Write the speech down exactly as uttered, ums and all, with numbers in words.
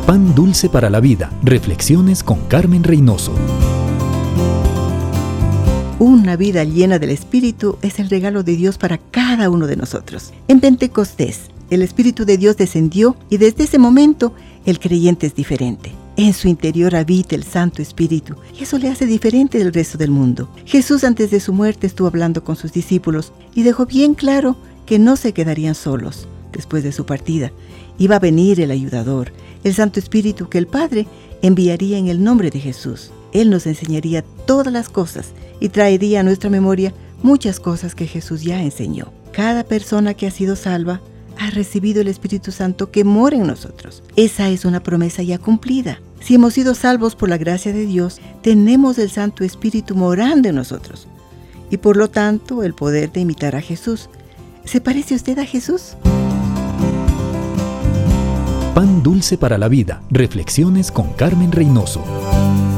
Pan dulce para la vida. Reflexiones con Carmen Reynoso. Una vida llena del Espíritu es el regalo de Dios para cada uno de nosotros. En Pentecostés, el Espíritu de Dios descendió y desde ese momento el creyente es diferente. En su interior habita el Santo Espíritu y eso le hace diferente del resto del mundo. Jesús antes de su muerte estuvo hablando con sus discípulos y dejó bien claro que no se quedarían solos después de su partida. Iba a venir el ayudador, el Santo Espíritu que el Padre enviaría en el nombre de Jesús. Él nos enseñaría todas las cosas y traería a nuestra memoria muchas cosas que Jesús ya enseñó. Cada persona que ha sido salva ha recibido el Espíritu Santo que mora en nosotros. Esa es una promesa ya cumplida. Si hemos sido salvos por la gracia de Dios, tenemos el Santo Espíritu morando en nosotros y por lo tanto el poder de imitar a Jesús. ¿Se parece usted a Jesús? Pan dulce para la vida. Reflexiones con Carmen Reynoso.